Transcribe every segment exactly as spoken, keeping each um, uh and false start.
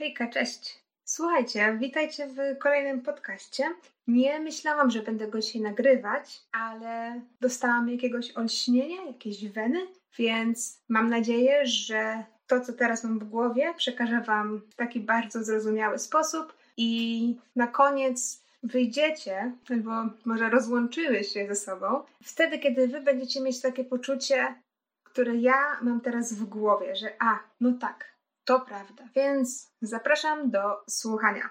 Hejka, cześć. Słuchajcie, witajcie w kolejnym podcaście. Nie myślałam, że będę go dzisiaj nagrywać, ale dostałam jakiegoś olśnienia, jakiejś weny, więc mam nadzieję, że to, co teraz mam w głowie, przekażę wam w taki bardzo zrozumiały sposób i na koniec wyjdziecie, albo może rozłączyły się ze sobą, wtedy, kiedy wy będziecie mieć takie poczucie, które ja mam teraz w głowie, że a, no tak, to prawda. Więc zapraszam do słuchania.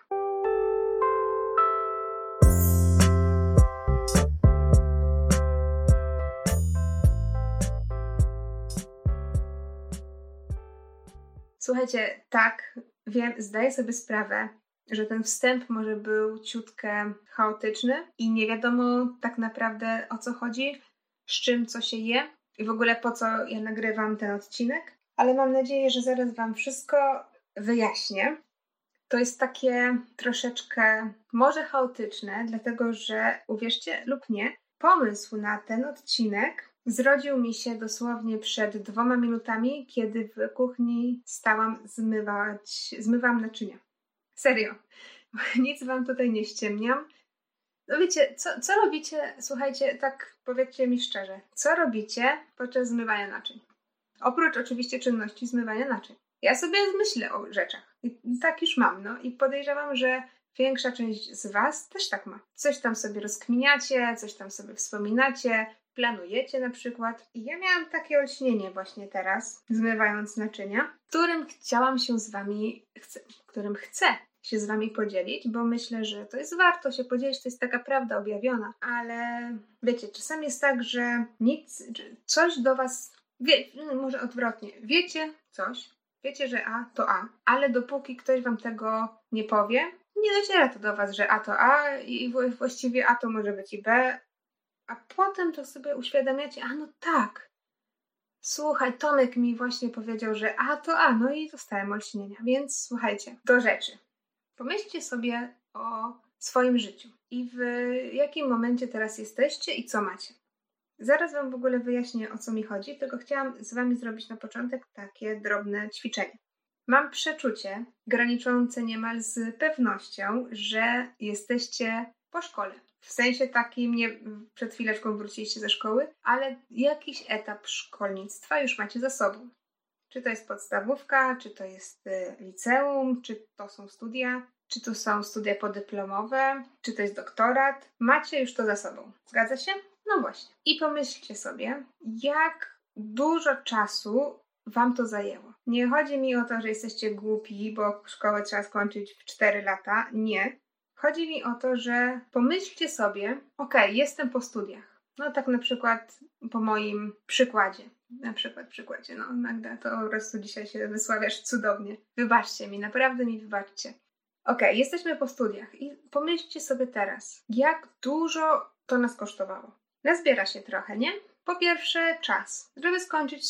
Słuchajcie, tak, wiem, zdaję sobie sprawę, że ten wstęp może był ciutkę chaotyczny i nie wiadomo tak naprawdę o co chodzi, z czym co się je i w ogóle po co ja nagrywam ten odcinek, ale mam nadzieję, że zaraz wam wszystko wyjaśnię. To jest takie troszeczkę może chaotyczne, dlatego że uwierzcie lub nie, pomysł na ten odcinek zrodził mi się dosłownie przed dwoma minutami, kiedy w kuchni stałam zmywać, zmywam naczynia. Serio, nic wam tutaj nie ściemniam. No wiecie, co, co robicie, słuchajcie, tak powiedzcie mi szczerze, co robicie podczas zmywania naczyń? Oprócz oczywiście czynności zmywania naczyń. Ja sobie myślę o rzeczach. I tak już mam, no i podejrzewam, że większa część z was też tak ma. Coś tam sobie rozkminiacie, coś tam sobie wspominacie, planujecie na przykład. I ja miałam takie olśnienie właśnie teraz, zmywając naczynia, którym chciałam się z wami, chcę, którym chcę się z wami podzielić, bo myślę, że to jest warto się podzielić, to jest taka prawda objawiona, ale wiecie, czasami jest tak, że nic, coś do was, wie, może odwrotnie, wiecie coś, wiecie, że A to A, ale dopóki ktoś wam tego nie powie, nie dociera to do was, że A to A i właściwie A to może być i B, a potem to sobie uświadamiacie, a no tak, słuchaj, Tomek mi właśnie powiedział, że A to A, no i dostałem olśnienia, więc słuchajcie, do rzeczy. Pomyślcie sobie o swoim życiu i w jakim momencie teraz jesteście i co macie. Zaraz wam w ogóle wyjaśnię, o co mi chodzi, tylko chciałam z wami zrobić na początek takie drobne ćwiczenie. Mam przeczucie, graniczące niemal z pewnością, że jesteście po szkole. W sensie takim, nie przed chwileczką wróciliście ze szkoły, ale jakiś etap szkolnictwa już macie za sobą. Czy to jest podstawówka, czy to jest liceum, czy to są studia, czy to są studia podyplomowe, czy to jest doktorat. Macie już to za sobą. Zgadza się? No właśnie. I pomyślcie sobie, jak dużo czasu wam to zajęło. Nie chodzi mi o to, że jesteście głupi, bo szkołę trzeba skończyć w cztery lata. Nie. Chodzi mi o to, że pomyślcie sobie, okej, okay, jestem po studiach. No tak na przykład po moim przykładzie. Na przykład przykładzie. No Magda, to po prostu dzisiaj się wysławiasz cudownie. Wybaczcie mi, naprawdę mi wybaczcie. Okej, okay, jesteśmy po studiach i pomyślcie sobie teraz, jak dużo to nas kosztowało. Nazbiera się trochę, nie? Po pierwsze czas. Żeby skończyć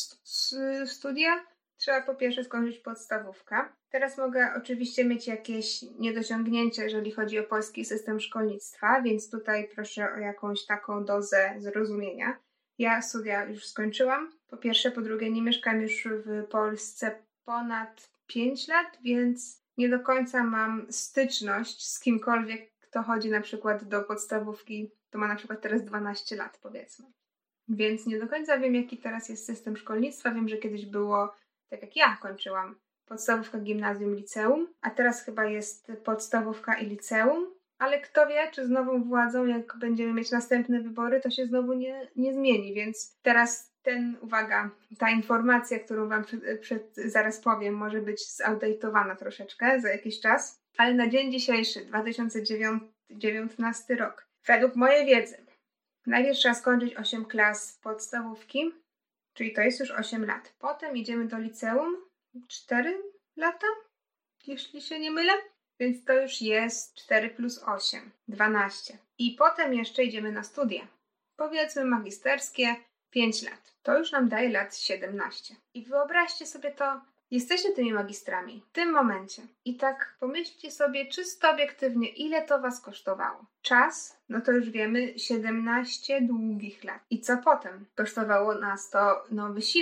studia, trzeba po pierwsze skończyć podstawówkę. Teraz mogę oczywiście mieć jakieś niedociągnięcia, jeżeli chodzi o polski system szkolnictwa, więc tutaj proszę o jakąś taką dozę zrozumienia. Ja studia już skończyłam. Po pierwsze, po drugie, nie mieszkam już w Polsce ponad pięć lat, więc nie do końca mam styczność z kimkolwiek, kto chodzi na przykład do podstawówki, to ma na przykład teraz dwanaście lat, powiedzmy. Więc nie do końca wiem, jaki teraz jest system szkolnictwa. Wiem, że kiedyś było, tak jak ja kończyłam, podstawówka, gimnazjum, liceum, a teraz chyba jest podstawówka i liceum, ale kto wie, czy z nową władzą, jak będziemy mieć następne wybory, to się znowu nie, nie zmieni, więc teraz ten, uwaga, ta informacja, którą wam przed, przed, zaraz powiem, może być zupdate'owana troszeczkę za jakiś czas, ale na dzień dzisiejszy, dwa tysiące dziewiętnasty rok, według mojej wiedzy, najpierw trzeba skończyć osiem klas podstawówki, czyli to jest już osiem lat. Potem idziemy do liceum, cztery lata, jeśli się nie mylę. Więc to już jest cztery plus osiem, dwanaście. I potem jeszcze idziemy na studia. Powiedzmy magisterskie, pięć lat. To już nam daje lat siedemnaście. I wyobraźcie sobie to, jesteście tymi magistrami w tym momencie. I tak pomyślcie sobie czysto obiektywnie, ile to was kosztowało. Czas, no to już wiemy, siedemnaście długich lat. I co potem? Kosztowało nas to, no, wysiłek.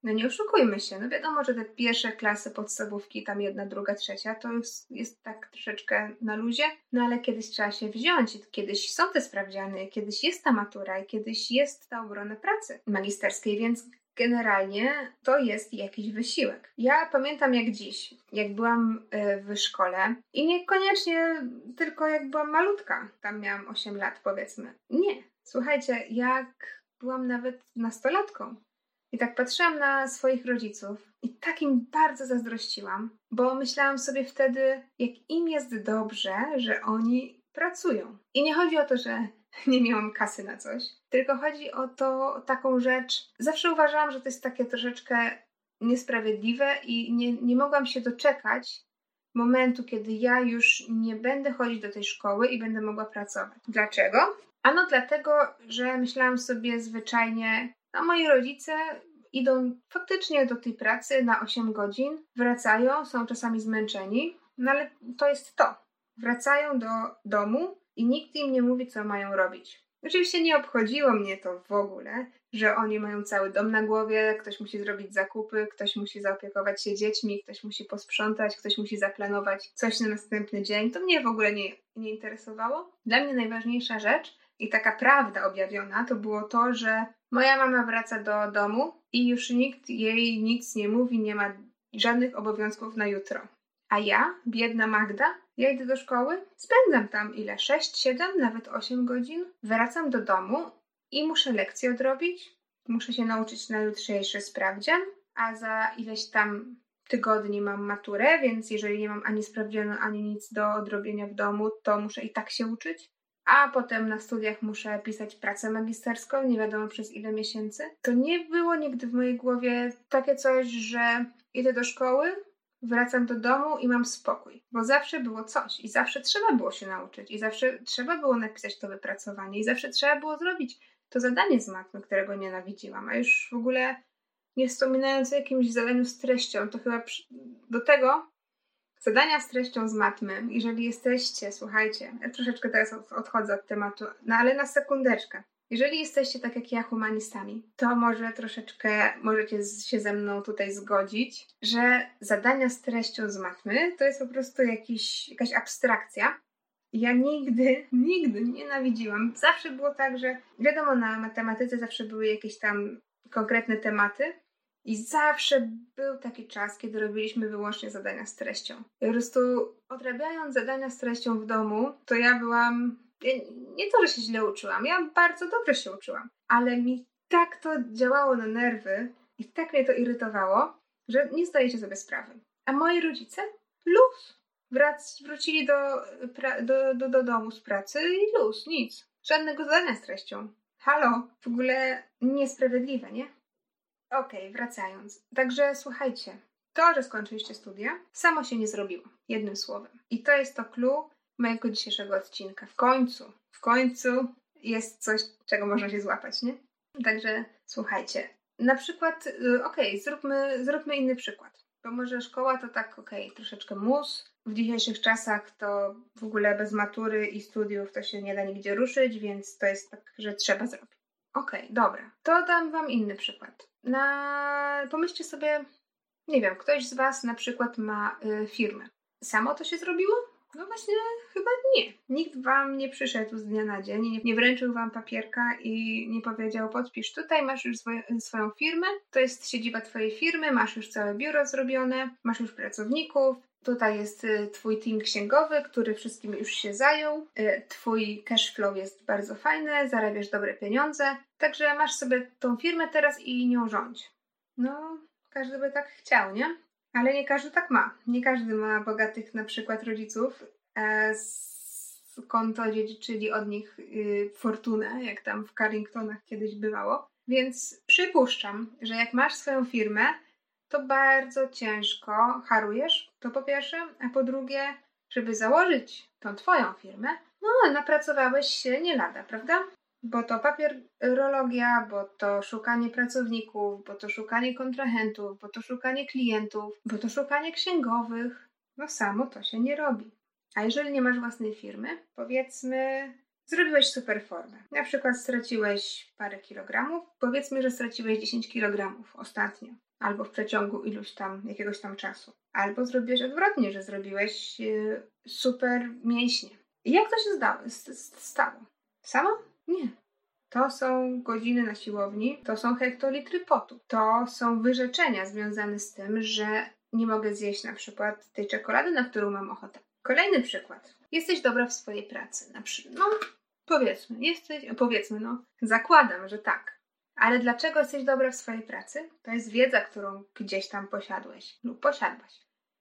No nie oszukujmy się, no wiadomo, że te pierwsze klasy podstawówki, tam jedna, druga, trzecia, to jest, jest tak troszeczkę na luzie, no ale kiedyś trzeba się wziąć, kiedyś są te sprawdziany, kiedyś jest ta matura i kiedyś jest ta obrona pracy magisterskiej, więc generalnie to jest jakiś wysiłek. Ja pamiętam jak dziś, jak byłam w szkole i niekoniecznie tylko jak byłam malutka, tam miałam osiem lat powiedzmy. Nie, słuchajcie, jak byłam nawet nastolatką i tak patrzyłam na swoich rodziców i tak im bardzo zazdrościłam, bo myślałam sobie wtedy, jak im jest dobrze, że oni pracują. I nie chodzi o to, że nie miałam kasy na coś, tylko chodzi o to, taką rzecz. Zawsze uważałam, że to jest takie troszeczkę niesprawiedliwe i nie, nie mogłam się doczekać momentu, kiedy ja już nie będę chodzić do tej szkoły i będę mogła pracować. Dlaczego? Ano dlatego, że myślałam sobie zwyczajnie, a moi rodzice idą faktycznie do tej pracy na osiem godzin, wracają, są czasami zmęczeni, no ale to jest to. Wracają do domu i nikt im nie mówi, co mają robić. Oczywiście nie obchodziło mnie to w ogóle, że oni mają cały dom na głowie, ktoś musi zrobić zakupy, ktoś musi zaopiekować się dziećmi, ktoś musi posprzątać, ktoś musi zaplanować coś na następny dzień. To mnie w ogóle nie, nie interesowało. Dla mnie najważniejsza rzecz i taka prawda objawiona to było to, że moja mama wraca do domu i już nikt jej nic nie mówi, nie ma żadnych obowiązków na jutro. A ja, biedna Magda, ja idę do szkoły, spędzam tam ile? sześć, siedem, nawet osiem godzin. Wracam do domu i muszę lekcje odrobić. Muszę się nauczyć na jutrzejszy sprawdzian, a za ileś tam tygodni mam maturę, więc jeżeli nie mam ani sprawdzianu, ani nic do odrobienia w domu, to muszę i tak się uczyć. A potem na studiach muszę pisać pracę magisterską, nie wiadomo przez ile miesięcy. To nie było nigdy w mojej głowie takie coś, że idę do szkoły, wracam do domu i mam spokój. Bo zawsze było coś i zawsze trzeba było się nauczyć i zawsze trzeba było napisać to wypracowanie i zawsze trzeba było zrobić to zadanie z matmy, którego nienawidziłam. A już w ogóle nie wspominając o jakimś zadaniu z treścią, to chyba przy... do tego zadania z treścią z matmy, jeżeli jesteście, słuchajcie, ja troszeczkę teraz odchodzę od tematu, no ale na sekundeczkę. Jeżeli jesteście tak jak ja humanistami, to może troszeczkę możecie się ze mną tutaj zgodzić, że zadania z treścią z matmy to jest po prostu jakiś, jakaś abstrakcja. Ja nigdy, nigdy nienawidziłam. Zawsze było tak, że wiadomo, na matematyce zawsze były jakieś tam konkretne tematy i zawsze był taki czas, kiedy robiliśmy wyłącznie zadania z treścią. Po prostu odrabiając zadania z treścią w domu, to ja byłam... Nie to, że się źle uczyłam, ja bardzo dobrze się uczyłam, ale mi tak to działało na nerwy i tak mnie to irytowało, że nie zdajecie sobie sprawy. A moi rodzice? Luz! Wrac, wrócili do, pra, do, do, do domu z pracy i luz, nic. Żadnego zadania z treścią. Halo, w ogóle niesprawiedliwe, nie? Okej, okay, wracając. Także słuchajcie, to, że skończyliście studia, samo się nie zrobiło. Jednym słowem. I to jest to clue mojego dzisiejszego odcinka. W końcu, w końcu jest coś, czego można się złapać, nie? Także słuchajcie. Na przykład, okej, okay, zróbmy, zróbmy inny przykład. Bo może szkoła to tak, okej, okay, troszeczkę mus. W dzisiejszych czasach to w ogóle bez matury i studiów to się nie da nigdzie ruszyć, więc to jest tak, że trzeba zrobić. Okej, okay, dobra. To dam wam inny przykład. Na... Pomyślcie sobie, nie wiem, ktoś z was na przykład ma y, firmę. Samo to się zrobiło? No właśnie, chyba nie. Nikt wam nie przyszedł z dnia na dzień, nie, nie wręczył wam papierka i nie powiedział, podpisz tutaj, masz już swoje, swoją firmę, to jest siedziba twojej firmy, masz już całe biuro zrobione, masz już pracowników, tutaj jest y, twój team księgowy, który wszystkim już się zajął, y, twój cash flow jest bardzo fajny, zarabiasz dobre pieniądze, także masz sobie tą firmę teraz i nią rządź. No, każdy by tak chciał, nie? Ale nie każdy tak ma. Nie każdy ma bogatych na przykład rodziców, e, skąd to dziedziczyli od nich y, fortunę, jak tam w Carringtonach kiedyś bywało. Więc przypuszczam, że jak masz swoją firmę, to bardzo ciężko harujesz, to po pierwsze, a po drugie, żeby założyć tą twoją firmę, no napracowałeś się nie lada, prawda? Bo to papierologia, bo to szukanie pracowników, bo to szukanie kontrahentów, bo to szukanie klientów, bo to szukanie księgowych. No samo to się nie robi. A jeżeli nie masz własnej firmy, powiedzmy, zrobiłeś super formę. Na przykład straciłeś parę kilogramów, powiedzmy, że straciłeś dziesięć kilogramów ostatnio. albo w przeciągu iluś tam, jakiegoś tam czasu. Albo zrobiłeś odwrotnie, że zrobiłeś yy, super mięśnie. I jak to się zdało, stało? Samo? Nie. To są godziny na siłowni, to są hektolitry potu. To są wyrzeczenia związane z tym, że nie mogę zjeść na przykład tej czekolady, na którą mam ochotę. Kolejny przykład. Jesteś dobra w swojej pracy. Na przykład, no, powiedzmy, jesteś, powiedzmy, no, zakładam, że tak. Ale dlaczego jesteś dobra w swojej pracy? To jest wiedza, którą gdzieś tam posiadłeś lub posiadłaś.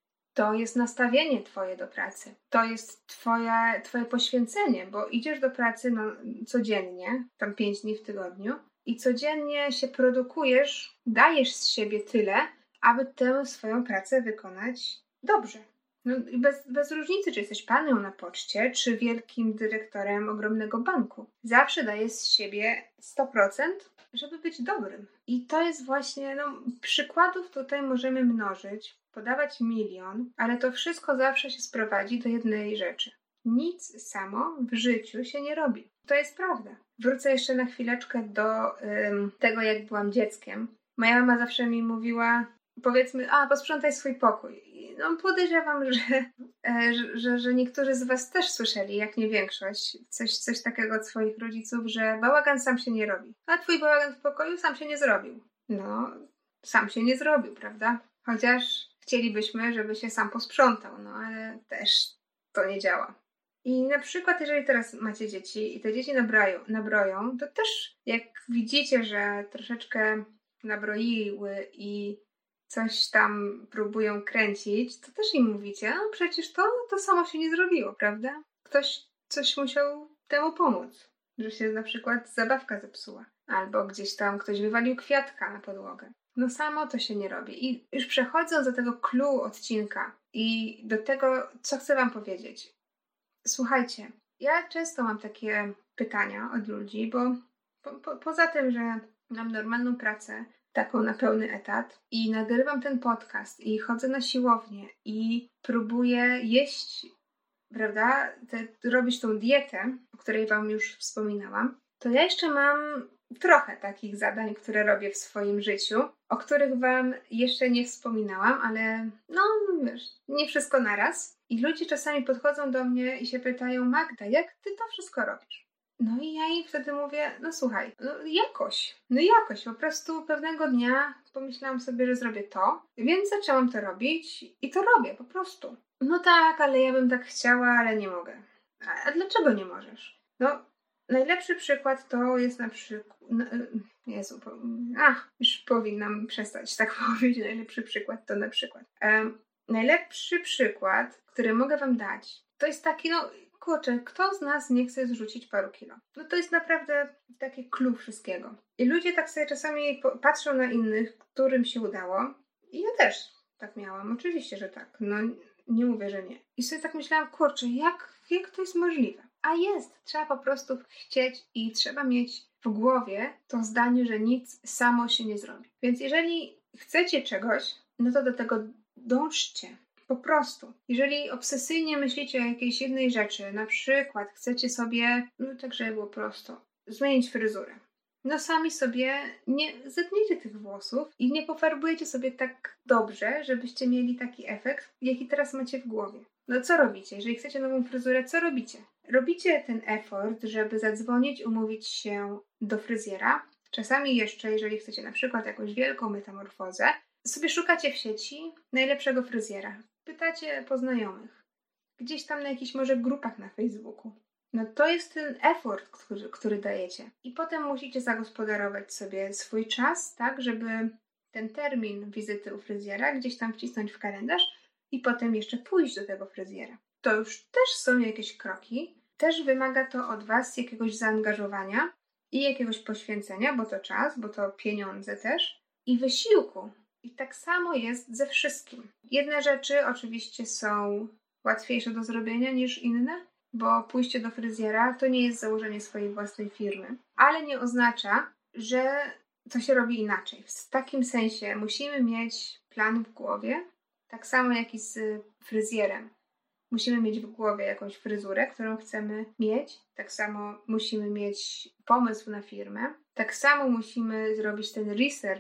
To jest nastawienie twoje do pracy. To jest twoja, twoje poświęcenie, bo idziesz do pracy no, codziennie, tam pięć dni w tygodniu i codziennie się produkujesz, dajesz z siebie tyle, aby tę swoją pracę wykonać dobrze. No, bez, bez różnicy, czy jesteś panią na poczcie, czy wielkim dyrektorem ogromnego banku. Zawsze dajesz z siebie sto procent, żeby być dobrym. I to jest właśnie, no, przykładów tutaj możemy mnożyć, podawać milion, ale to wszystko zawsze się sprowadzi do jednej rzeczy. Nic samo w życiu się nie robi. To jest prawda. Wrócę jeszcze na chwileczkę do ym, tego, jak byłam dzieckiem. Moja mama zawsze mi mówiła, powiedzmy, a posprzątaj swój pokój. No podejrzewam, że, e, że, że, że niektórzy z was też słyszeli, jak nie większość, coś, coś takiego od swoich rodziców, że bałagan sam się nie robi. A twój bałagan w pokoju sam się nie zrobił. No, sam się nie zrobił, prawda? Chociaż chcielibyśmy, żeby się sam posprzątał, no ale też to nie działa. I na przykład, jeżeli teraz macie dzieci i te dzieci nabrają, nabroją, to też jak widzicie, że troszeczkę nabroiły i coś tam próbują kręcić, to też im mówicie, no przecież to, to samo się nie zrobiło, prawda? Ktoś coś musiał temu pomóc, że się na przykład zabawka zepsuła, albo gdzieś tam ktoś wywalił kwiatka na podłogę. No samo to się nie robi. I już przechodząc do tego clue odcinka i do tego, co chcę wam powiedzieć. Słuchajcie, ja często mam takie pytania od ludzi, bo po, po, poza tym, że mam normalną pracę, taką na pełny etat i nagrywam ten podcast i chodzę na siłownię i próbuję jeść, prawda, te, robić tą dietę, o której wam już wspominałam, to ja jeszcze mam trochę takich zadań, które robię w swoim życiu, o których wam jeszcze nie wspominałam, ale no wiesz, nie wszystko naraz. I ludzie czasami podchodzą do mnie i się pytają, Magda, jak ty to wszystko robisz? No i ja im wtedy mówię, no słuchaj, no jakoś, no jakoś, po prostu pewnego dnia pomyślałam sobie, że zrobię to, więc zaczęłam to robić i to robię po prostu. No tak, ale ja bym tak chciała, ale nie mogę. A, a dlaczego nie możesz? No, najlepszy przykład to jest na przykład, no, Jezu, po, ach, już powinnam przestać tak mówić, najlepszy przykład to na przykład. Um, najlepszy przykład, który mogę wam dać, to jest taki, no, kurczę, kto z nas nie chce zrzucić paru kilo? No to jest naprawdę takie clue wszystkiego. I ludzie tak sobie czasami patrzą na innych, którym się udało. I ja też tak miałam, oczywiście, że tak. No nie mówię, że nie. I sobie tak myślałam, kurczę, jak, jak to jest możliwe? A jest, trzeba po prostu chcieć i trzeba mieć w głowie to zdanie, że nic samo się nie zrobi. Więc jeżeli chcecie czegoś, no to do tego dążcie. Po prostu. Jeżeli obsesyjnie myślicie o jakiejś jednej rzeczy, na przykład chcecie sobie, no tak żeby było prosto, zmienić fryzurę. No sami sobie nie zetniecie tych włosów i nie pofarbujecie sobie tak dobrze, żebyście mieli taki efekt, jaki teraz macie w głowie. No co robicie? Jeżeli chcecie nową fryzurę, co robicie? Robicie ten effort, żeby zadzwonić, umówić się do fryzjera. Czasami jeszcze, jeżeli chcecie na przykład jakąś wielką metamorfozę, sobie szukacie w sieci najlepszego fryzjera. Pytacie po znajomych. Gdzieś tam na jakichś może grupach na Facebooku. No to jest ten effort, który, który dajecie. I potem musicie zagospodarować sobie swój czas, tak, żeby ten termin wizyty u fryzjera gdzieś tam wcisnąć w kalendarz i potem jeszcze pójść do tego fryzjera. To już też są jakieś kroki. Też wymaga to od was jakiegoś zaangażowania i jakiegoś poświęcenia, bo to czas, bo to pieniądze też i wysiłku. I tak samo jest ze wszystkim. Jedne rzeczy oczywiście są łatwiejsze do zrobienia niż inne, bo pójście do fryzjera to nie jest założenie swojej własnej firmy, ale nie oznacza, że to się robi inaczej. W takim sensie musimy mieć plan w głowie, tak samo jak i z fryzjerem. Musimy mieć w głowie jakąś fryzurę, którą chcemy mieć. Tak samo musimy mieć pomysł na firmę. Tak samo musimy zrobić ten research,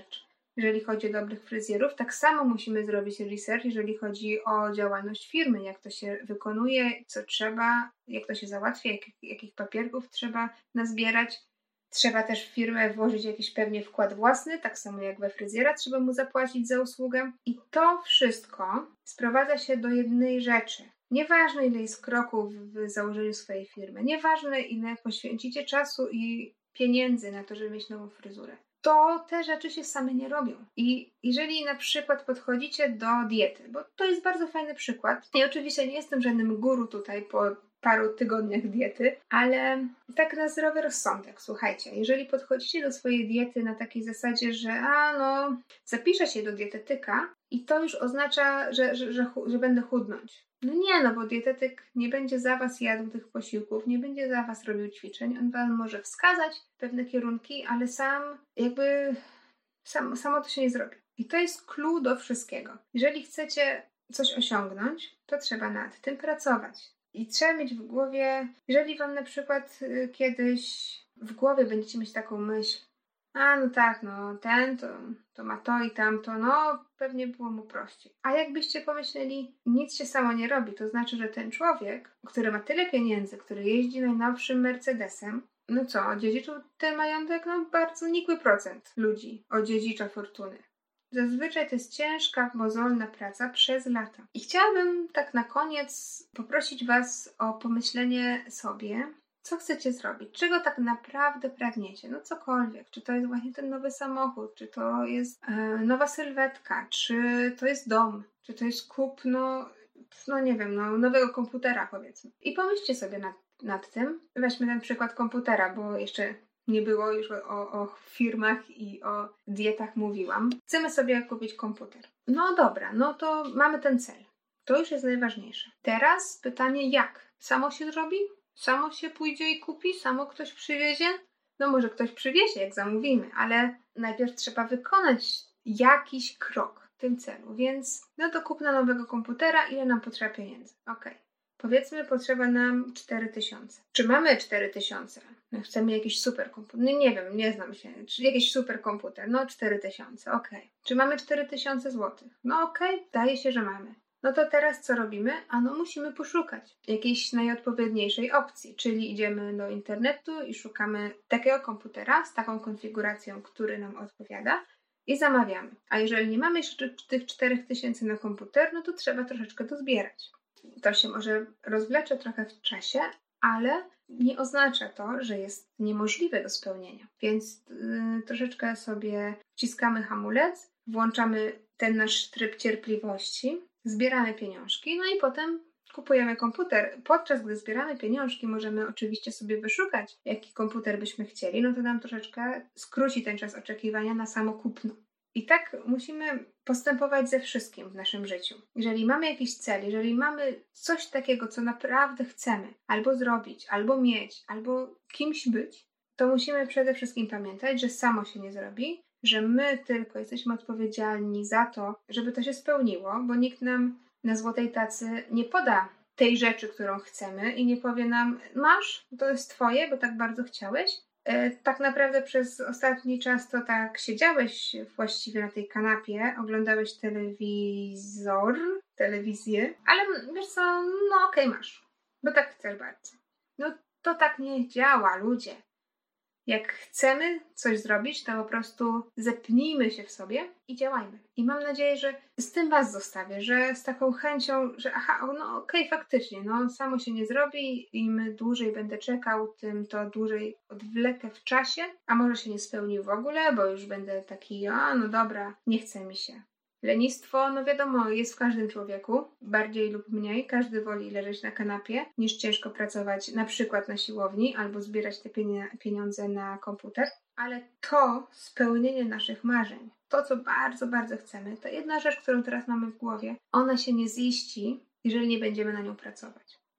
jeżeli chodzi o dobrych fryzjerów. Tak samo musimy zrobić research, jeżeli chodzi o działalność firmy, jak to się wykonuje, co trzeba, jak to się załatwia, jak, jakich papierków trzeba nazbierać. Trzeba też w firmę włożyć jakiś pewnie wkład własny, tak samo jak we fryzjera trzeba mu zapłacić za usługę. I to wszystko sprowadza się do jednej rzeczy. Nieważne, ile jest kroków w założeniu swojej firmy, nieważne, ile poświęcicie czasu i pieniędzy na to, żeby mieć nową fryzurę, to te rzeczy się same nie robią. I jeżeli na przykład podchodzicie do diety, bo to jest bardzo fajny przykład, i oczywiście nie jestem żadnym guru tutaj po paru tygodniach diety, ale tak na zdrowy rozsądek, słuchajcie, jeżeli podchodzicie do swojej diety na takiej zasadzie, że a no, zapiszę się do dietetyka i to już oznacza, że, że, że, że będę chudnąć. No nie, no bo dietetyk nie będzie za was jadł tych posiłków, nie będzie za was robił ćwiczeń, on wam może wskazać pewne kierunki, ale sam jakby sam, samo to się nie zrobi. I to jest clue do wszystkiego. Jeżeli chcecie coś osiągnąć, to trzeba nad tym pracować. I trzeba mieć w głowie, jeżeli wam na przykład y, kiedyś w głowie będziecie mieć taką myśl, a no tak, no ten to, to ma to i tamto, no pewnie było mu prościej. A jakbyście pomyśleli, nic się samo nie robi, to znaczy, że ten człowiek, który ma tyle pieniędzy, który jeździ najnowszym Mercedesem, no co, odziedziczył ten majątek? No bardzo nikły procent ludzi odziedzicza fortuny. Zazwyczaj to jest ciężka, mozolna praca przez lata. I chciałabym tak na koniec poprosić was o pomyślenie sobie, co chcecie zrobić, czego tak naprawdę pragniecie, no cokolwiek, czy to jest właśnie ten nowy samochód, czy to jest e, nowa sylwetka, czy to jest dom, czy to jest kupno, no nie wiem, no nowego komputera powiedzmy. I pomyślcie sobie nad, nad tym, weźmy ten przykład komputera, bo jeszcze nie było już o, o, o firmach i o dietach mówiłam. Chcemy sobie kupić komputer. No dobra, no to mamy ten cel. To już jest najważniejsze. Teraz pytanie jak? Samo się zrobi? Samo się pójdzie i kupi? Samo ktoś przywiezie? No może ktoś przywiezie, jak zamówimy, ale najpierw trzeba wykonać jakiś krok w tym celu. Więc no to kupna nowego komputera, ile nam potrzeba pieniędzy? Okej. Okay. Powiedzmy, potrzeba nam cztery tysiące. Czy mamy cztery tysiące? No, chcemy jakiś super komputer. No nie wiem, nie znam się. Czy jakiś super komputer? No cztery tysiące, okej. Okay. Czy mamy cztery tysiące złotych? No okej, okay, zdaje się, że mamy. No to teraz co robimy? A no musimy poszukać jakiejś najodpowiedniejszej opcji, czyli idziemy do internetu i szukamy takiego komputera z taką konfiguracją, który nam odpowiada i zamawiamy. A jeżeli nie mamy jeszcze tych czterech tysięcy na komputer, no to trzeba troszeczkę dozbierać. To się może rozwlecze trochę w czasie, ale nie oznacza to, że jest niemożliwe do spełnienia. Więc yy, troszeczkę sobie wciskamy hamulec, włączamy ten nasz tryb cierpliwości, zbieramy pieniążki, no i potem kupujemy komputer. Podczas gdy zbieramy pieniążki, możemy oczywiście sobie wyszukać, jaki komputer byśmy chcieli, no to nam troszeczkę skróci ten czas oczekiwania na samo kupno. I tak musimy postępować ze wszystkim w naszym życiu. Jeżeli mamy jakiś cel, jeżeli mamy coś takiego, co naprawdę chcemy albo zrobić, albo mieć, albo kimś być, to musimy przede wszystkim pamiętać, że samo się nie zrobi, że my tylko jesteśmy odpowiedzialni za to, żeby to się spełniło, bo nikt nam na złotej tacy nie poda tej rzeczy, którą chcemy i nie powie nam, masz, to jest twoje, bo tak bardzo chciałeś. E, tak naprawdę przez ostatni czas to tak siedziałeś właściwie na tej kanapie, oglądałeś telewizor, telewizję, ale wiesz co, no okej, okay, masz, bo tak chcesz bardzo. No to tak nie działa, ludzie. Jak chcemy coś zrobić, to po prostu zepnijmy się w sobie i działajmy. I mam nadzieję, że z tym was zostawię, że z taką chęcią, że aha, no okej, okay, faktycznie, no samo się nie zrobi, im dłużej będę czekał, tym to dłużej odwlekę w czasie, a może się nie spełnił w ogóle, bo już będę taki, a no dobra, nie chce mi się. Lenistwo, no wiadomo, jest w każdym człowieku, bardziej lub mniej. Każdy woli leżeć na kanapie, niż ciężko pracować na przykład na siłowni albo zbierać te pieniądze na komputer. Ale to spełnienie naszych marzeń, to co bardzo, bardzo chcemy, to jedna rzecz, którą teraz mamy w głowie, ona się nie ziści, jeżeli nie będziemy na nią pracować.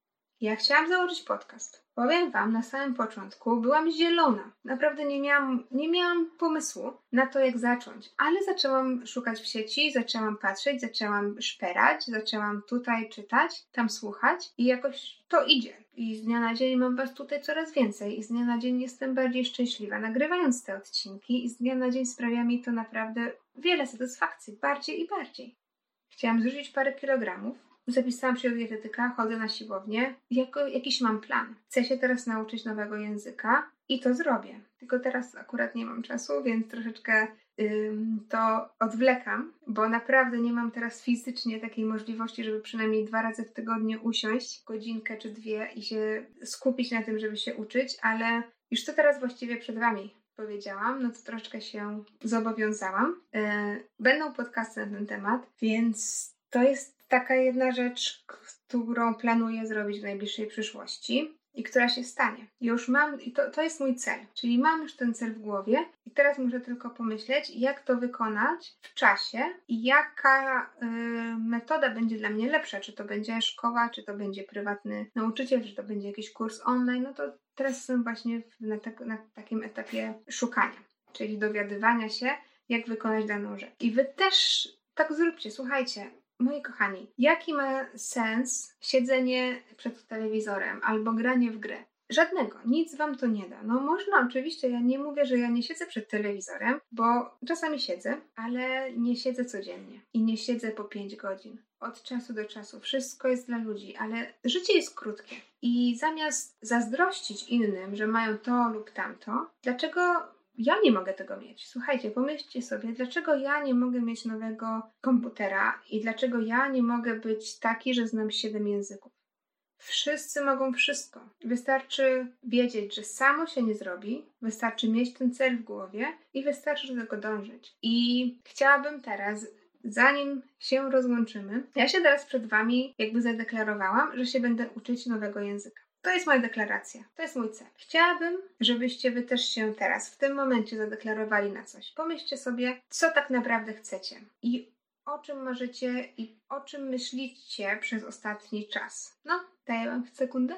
Ja chciałam założyć podcast. Powiem Wam, na samym początku byłam zielona. Naprawdę nie miałam, nie miałam pomysłu na to, jak zacząć. Ale zaczęłam szukać w sieci, zaczęłam patrzeć, zaczęłam szperać, zaczęłam tutaj czytać, tam słuchać i jakoś to idzie. I z dnia na dzień mam Was tutaj coraz więcej i z dnia na dzień jestem bardziej szczęśliwa, nagrywając te odcinki i z dnia na dzień sprawia mi to naprawdę wiele satysfakcji, bardziej i bardziej. Chciałam zrzucić parę kilogramów. Zapisałam się do dietetyka, chodzę na siłownię. Jako, jakiś mam plan. Chcę się teraz nauczyć nowego języka i to zrobię. Tylko teraz akurat nie mam czasu, więc troszeczkę ym, to odwlekam, bo naprawdę nie mam teraz fizycznie takiej możliwości, żeby przynajmniej dwa razy w tygodniu usiąść, godzinkę czy dwie i się skupić na tym, żeby się uczyć, ale już to teraz właściwie przed Wami powiedziałam, no to troszeczkę się zobowiązałam. Yy, będą podcasty na ten temat, więc to jest taka jedna rzecz, którą planuję zrobić w najbliższej przyszłości i która się stanie. Już mam, i to, to jest mój cel, czyli mam już ten cel w głowie i teraz muszę tylko pomyśleć, jak to wykonać w czasie i jaka y, metoda będzie dla mnie lepsza, czy to będzie szkoła, czy to będzie prywatny nauczyciel, czy to będzie jakiś kurs online, no to teraz jestem właśnie w, na, tak, na takim etapie szukania, czyli dowiadywania się, jak wykonać daną rzecz. I Wy też tak zróbcie, słuchajcie. Moi kochani, jaki ma sens siedzenie przed telewizorem albo granie w grę? Żadnego, nic Wam to nie da. No można oczywiście, ja nie mówię, że ja nie siedzę przed telewizorem, bo czasami siedzę, ale nie siedzę codziennie i nie siedzę po pięć godzin. Od czasu do czasu. Wszystko jest dla ludzi, ale życie jest krótkie. I zamiast zazdrościć innym, że mają to lub tamto, dlaczego ja nie mogę tego mieć? Słuchajcie, pomyślcie sobie, dlaczego ja nie mogę mieć nowego komputera i dlaczego ja nie mogę być taki, że znam siedem języków. Wszyscy mogą wszystko. Wystarczy wiedzieć, że samo się nie zrobi, wystarczy mieć ten cel w głowie i wystarczy do tego dążyć. I chciałabym teraz, zanim się rozłączymy, ja się teraz przed Wami jakby zadeklarowałam, że się będę uczyć nowego języka. To jest moja deklaracja. To jest mój cel. Chciałabym, żebyście Wy też się teraz, w tym momencie zadeklarowali na coś. Pomyślcie sobie, co tak naprawdę chcecie i o czym marzycie i o czym myślicie przez ostatni czas. No, daję Wam sekundę.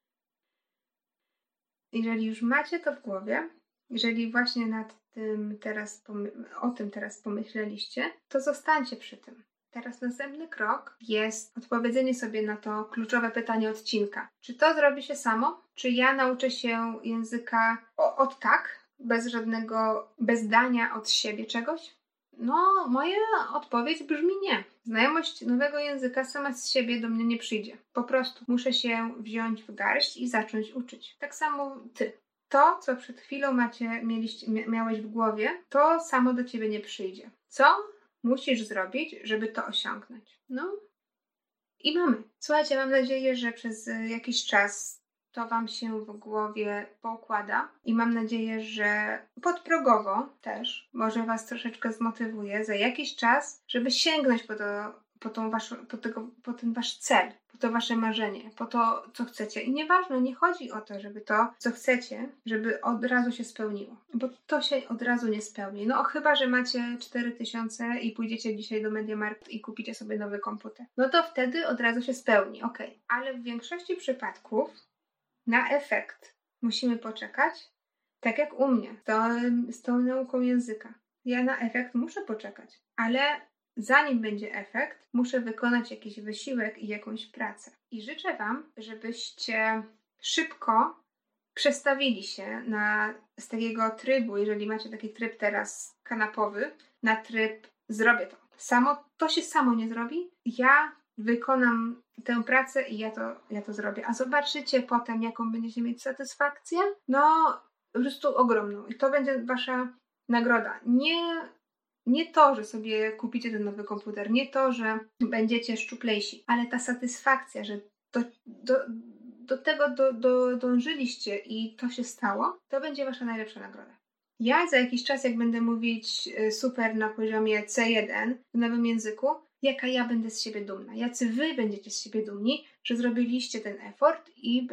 Jeżeli już macie to w głowie, jeżeli właśnie nad tym teraz o tym teraz pomyśleliście, to zostańcie przy tym. Teraz następny krok jest odpowiedzenie sobie na to kluczowe pytanie odcinka. Czy to zrobi się samo? Czy ja nauczę się języka o, od tak, bez żadnego, bez dania od siebie czegoś? No, moja odpowiedź brzmi nie. Znajomość nowego języka sama z siebie do mnie nie przyjdzie. Po prostu muszę się wziąć w garść i zacząć uczyć. Tak samo Ty. To, co przed chwilą macie, mieliście, miałeś w głowie, to samo do Ciebie nie przyjdzie. Co musisz zrobić, żeby to osiągnąć? No i mamy. Słuchajcie, mam nadzieję, że przez jakiś czas to Wam się w głowie poukłada i mam nadzieję, że podprogowo też może Was troszeczkę zmotywuje za jakiś czas, żeby sięgnąć po, to, po, tą waszą, po, tego, po ten Wasz cel, po to Wasze marzenie, po to, co chcecie. I nieważne, nie chodzi o to, żeby to, co chcecie, żeby od razu się spełniło, bo to się od razu nie spełni. No chyba, że macie cztery tysiące i pójdziecie dzisiaj do MediaMarkt i kupicie sobie nowy komputer. No to wtedy od razu się spełni, okej. Okay. Ale w większości przypadków na efekt musimy poczekać, tak jak u mnie, to, z tą nauką języka. Ja na efekt muszę poczekać, ale zanim będzie efekt, muszę wykonać jakiś wysiłek i jakąś pracę. I życzę Wam, żebyście szybko przestawili się na, z takiego trybu, jeżeli macie taki tryb teraz kanapowy, na tryb zrobię to. Samo, to się samo nie zrobi. Ja wykonam tę pracę i ja to, ja to zrobię. A zobaczycie potem, jaką będziecie mieć satysfakcję. No, po prostu ogromną. I to będzie Wasza nagroda. Nie, nie to, że sobie kupicie ten nowy komputer, nie to, że będziecie szczuplejsi, ale ta satysfakcja, że do, do, do tego do, do, dążyliście i to się stało, to będzie Wasza najlepsza nagroda. Ja za jakiś czas, jak będę mówić super na poziomie C jeden w nowym języku, jaka ja będę z siebie dumna, jacy Wy będziecie z siebie dumni, że zrobiliście ten effort i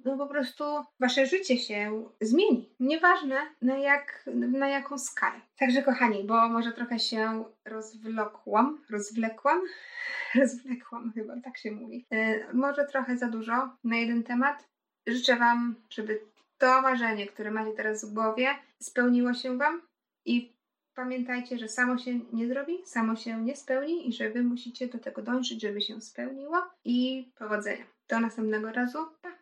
no po prostu wasze życie się zmieni. Nieważne na, jak, na jaką skalę. Także kochani, bo może trochę się rozwlokłam, rozwlekłam, rozwlekłam chyba, tak się mówi. Yy, może trochę za dużo na jeden temat. Życzę wam, żeby to marzenie, które macie teraz w głowie, spełniło się wam i pamiętajcie, że samo się nie zrobi, samo się nie spełni i że wy musicie do tego dążyć, żeby się spełniło i powodzenia. Do następnego razu. Pa!